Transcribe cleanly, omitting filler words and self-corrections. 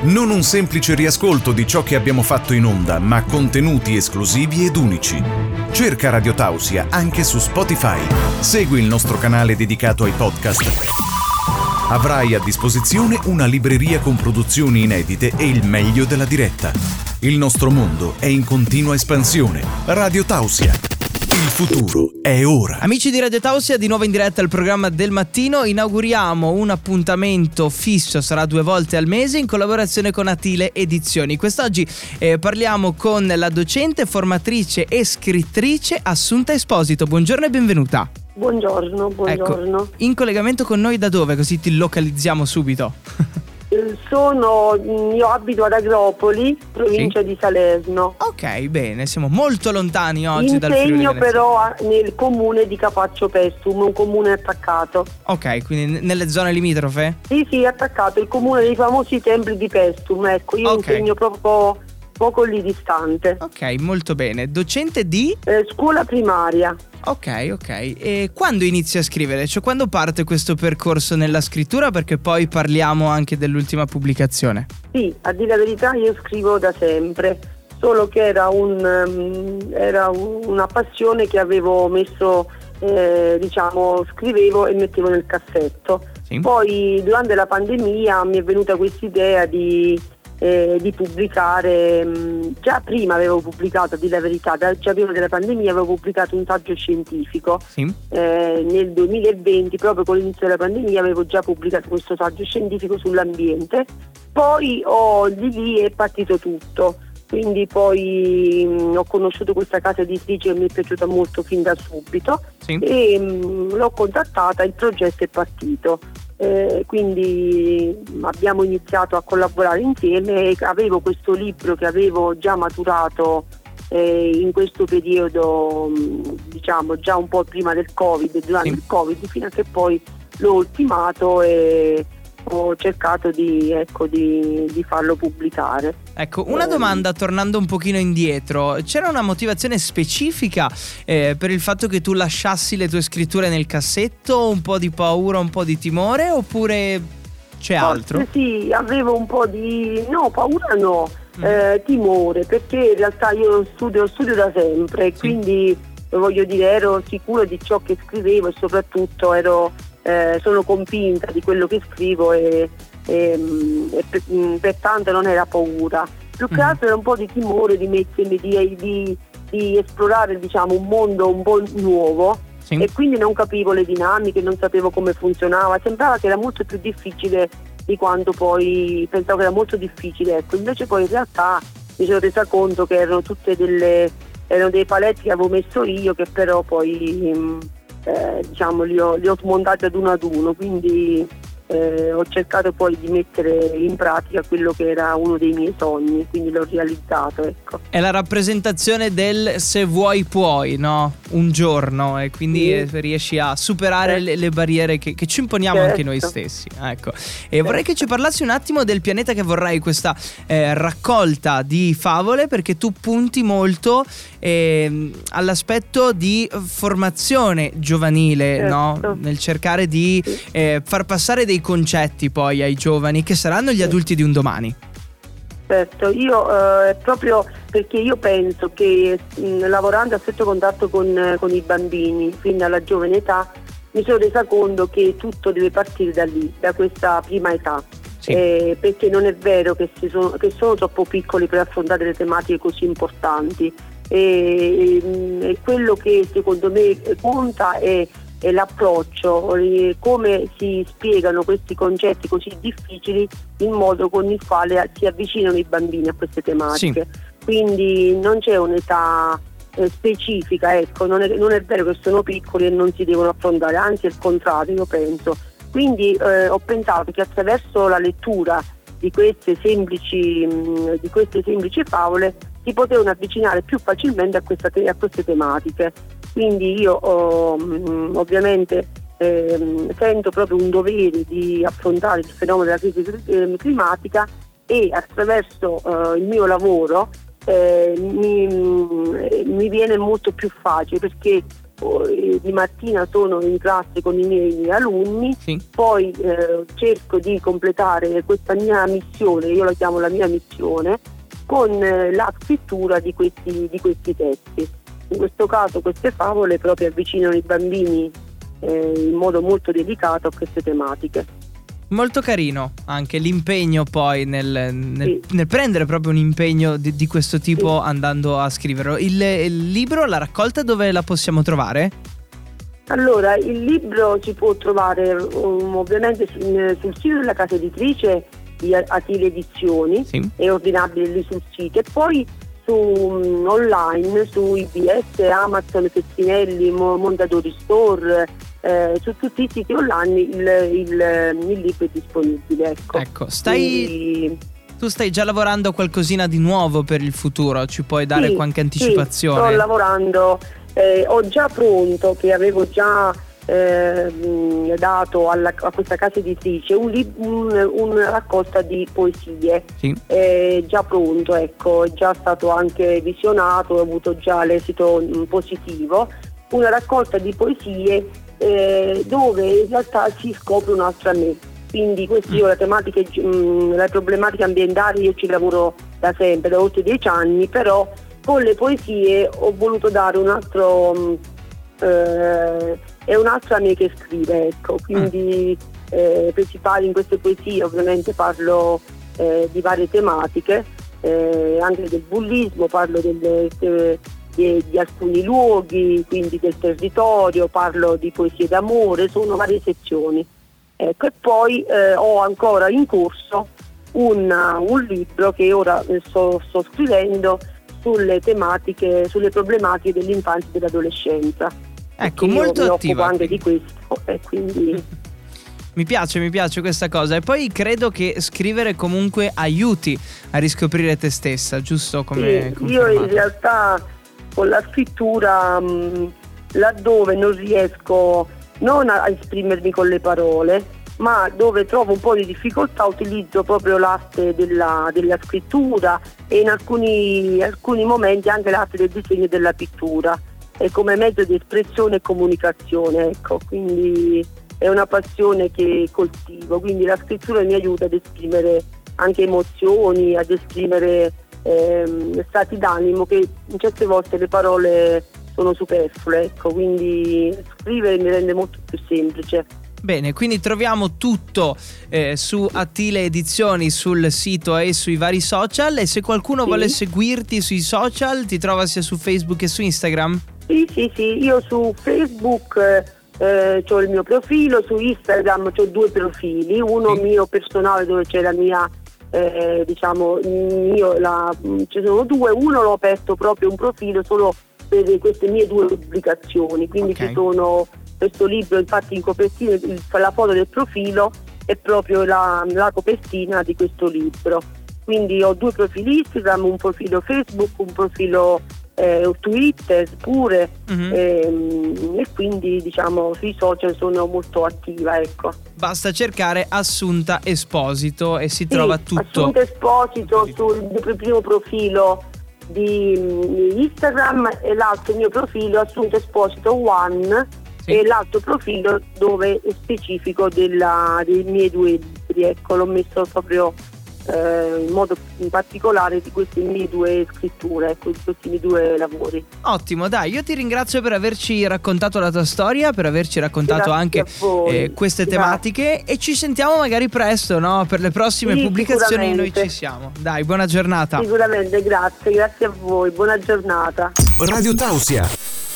Non un semplice riascolto di ciò che abbiamo fatto in onda, ma contenuti esclusivi ed unici. Cerca Radio Tausia anche su Spotify. Segui il nostro canale dedicato ai podcast. Avrai a disposizione una libreria con produzioni inedite e il meglio della diretta. Il nostro mondo è in continua espansione. Radio Tausia. Il futuro è ora. Amici di Radio Tausia, di nuovo in diretta al programma del mattino. Inauguriamo un appuntamento fisso, sarà 2 volte al mese, in collaborazione con Atile Edizioni. Quest'oggi parliamo con la docente, formatrice e scrittrice Assunta Esposito. Buongiorno e benvenuta. Buongiorno. Ecco, in collegamento con noi da dove? Così ti localizziamo subito. Io abito ad Agropoli, provincia di Salerno. Ok, bene, siamo molto lontani oggi dal Friuli. Insegno però nel comune di Capaccio Pestum, un comune attaccato. Ok, quindi nelle zone limitrofe? Sì, attaccato, il comune dei famosi templi di Pestum. Ecco, io insegno proprio poco lì distante. Ok, molto bene. Docente di? Scuola primaria. Ok. E quando inizi a scrivere? Cioè, quando parte questo percorso nella scrittura? Perché poi parliamo anche dell'ultima pubblicazione. Sì, a dire la verità io scrivo da sempre, solo che era una passione che avevo messo, scrivevo e mettevo nel cassetto. Sì. Poi durante la pandemia mi è venuta questa idea di pubblicare. Già prima avevo pubblicato, a dire la verità, già prima della pandemia avevo pubblicato un saggio scientifico. Sì. Nel 2020, proprio con l'inizio della pandemia, avevo già pubblicato questo saggio scientifico sull'ambiente. Poi di lì è partito tutto, quindi poi ho conosciuto questa casa editrice che mi è piaciuta molto fin da subito. Sì. E l'ho contattata, il progetto è partito. Quindi abbiamo iniziato a collaborare insieme e avevo questo libro che avevo già maturato in questo periodo, già un po' prima del Covid, durante il Covid, fino a che poi l'ho ultimato e ho cercato di farlo pubblicare. Ecco, una domanda tornando un pochino indietro: c'era una motivazione specifica per il fatto che tu lasciassi le tue scritture nel cassetto? Un po' di paura, un po' di timore, oppure c'è altro? Sì, avevo un po' di paura no, timore, perché in realtà io studio da sempre, quindi voglio dire, ero sicura di ciò che scrivevo e soprattutto sono convinta di quello che scrivo e pertanto non era paura, più che altro era un po' di timore di mettermi, di esplorare un mondo un po' nuovo. Sì. E quindi non capivo le dinamiche, non sapevo come funzionava, sembrava che era molto più difficile di quanto poi pensavo che era molto difficile, ecco. Invece poi in realtà mi sono resa conto che erano dei paletti che avevo messo io, che però poi li ho smontati ad uno, quindi ho cercato poi di mettere in pratica quello che era uno dei miei sogni, quindi l'ho realizzato, ecco. È la rappresentazione del se vuoi puoi, no? Un giorno, e quindi riesci a superare le barriere che ci imponiamo anche noi stessi, ecco. E vorrei che ci parlassi un attimo del pianeta che vorrei, questa raccolta di favole, perché tu punti molto all'aspetto di formazione giovanile, no? Nel cercare di far passare dei concetti poi ai giovani che saranno gli adulti di un domani. Certo, io proprio perché io penso che lavorando a stretto contatto con i bambini fin dalla giovane età mi sono resa conto che tutto deve partire da lì, da questa prima età. Sì. Perché non è vero che sono troppo piccoli per affrontare le tematiche così importanti, e quello che secondo me conta è l'approccio, come si spiegano questi concetti così difficili in modo con il quale si avvicinano i bambini a queste tematiche. Sì. Quindi non c'è un'età specifica, ecco, non è vero che sono piccoli e non si devono affrontare, anzi è il contrario, io penso. Quindi ho pensato che attraverso la lettura di queste semplici favole si potevano avvicinare più facilmente a queste tematiche. Quindi io ovviamente sento proprio un dovere di affrontare il fenomeno della crisi climatica, e attraverso il mio lavoro mi viene molto più facile, perché di mattina sono in classe con i miei alunni, Sì. poi cerco di completare questa mia missione, io la chiamo la mia missione, con la scrittura di questi testi. In questo caso queste favole proprio avvicinano i bambini in modo molto delicato a queste tematiche. Molto carino anche l'impegno poi nel prendere proprio un impegno di questo tipo, Sì. andando a scriverlo. Il libro, la raccolta, dove la possiamo trovare? Allora, il libro si può trovare ovviamente sul sito della casa editrice di Atile Edizioni, Sì. è ordinabile lì sul sito, e poi online su IBS, Amazon, Festinelli, Mondadori Store, su tutti i siti online il libro è disponibile. Ecco. Tu stai già lavorando a qualcosina di nuovo per il futuro? Ci puoi dare qualche anticipazione? Sì, sto lavorando, ho già pronto, che avevo già dato a questa casa editrice una raccolta di poesie, Sì. già pronto, ecco, è già stato anche visionato, ho avuto già l'esito positivo, una raccolta di poesie dove in realtà si scopre un'altra me. Quindi queste io le problematiche ambientali io ci lavoro da sempre, da oltre 10 anni, però con le poesie ho voluto dare un altro è un'altra me che scrive, ecco, quindi principali in queste poesie ovviamente parlo di varie tematiche, anche del bullismo, parlo di alcuni luoghi, quindi del territorio, parlo di poesie d'amore, sono varie sezioni. Ecco, e poi ho ancora in corso un libro che ora sto scrivendo sulle problematiche dell'infanzia e dell'adolescenza. Ecco, Io molto mi attiva. occupo anche di questo, e quindi Mi piace questa cosa. E poi credo che scrivere comunque aiuti a riscoprire te stessa, giusto? Come sì, io in realtà con la scrittura laddove non riesco non a esprimermi con le parole, ma dove trovo un po' di difficoltà, utilizzo proprio l'arte della scrittura e in alcuni momenti anche l'arte del disegno e della pittura, è come mezzo di espressione e comunicazione, ecco, quindi è una passione che coltivo, quindi la scrittura mi aiuta ad esprimere anche emozioni, ad esprimere stati d'animo che in certe volte le parole sono superflue, ecco, quindi scrivere mi rende molto più semplice. Bene, quindi troviamo tutto su Atile Edizioni, sul sito e sui vari social. E se qualcuno vuole seguirti sui social, ti trova sia su Facebook che su Instagram? Sì, io su Facebook c'ho il mio profilo, su Instagram c'ho 2 profili, uno mio personale dove c'è la mia ci sono 2, uno l'ho aperto proprio un profilo solo per queste mie 2 pubblicazioni, quindi ci sono questo libro, infatti in copertina la foto del profilo è proprio la copertina di questo libro, quindi ho 2 profili Instagram, un profilo Facebook, un profilo Twitter pure, e quindi diciamo sui social sono molto attiva, ecco. Basta cercare Assunta Esposito e si trova tutto. Assunta Esposito sul primo profilo di Instagram, e l'altro mio profilo Assunta Esposito One, e l'altro profilo dove è specifico dei miei 2 libri, ecco, l'ho messo proprio in modo in particolare di queste mie 2 scritture, questi miei 2 lavori. Ottimo, dai, io ti ringrazio per averci raccontato la tua storia, per averci raccontato anche queste tematiche, e ci sentiamo magari presto, no? Per le prossime pubblicazioni noi ci siamo. Dai, buona giornata. Sicuramente, grazie a voi, buona giornata. Radio Tausia.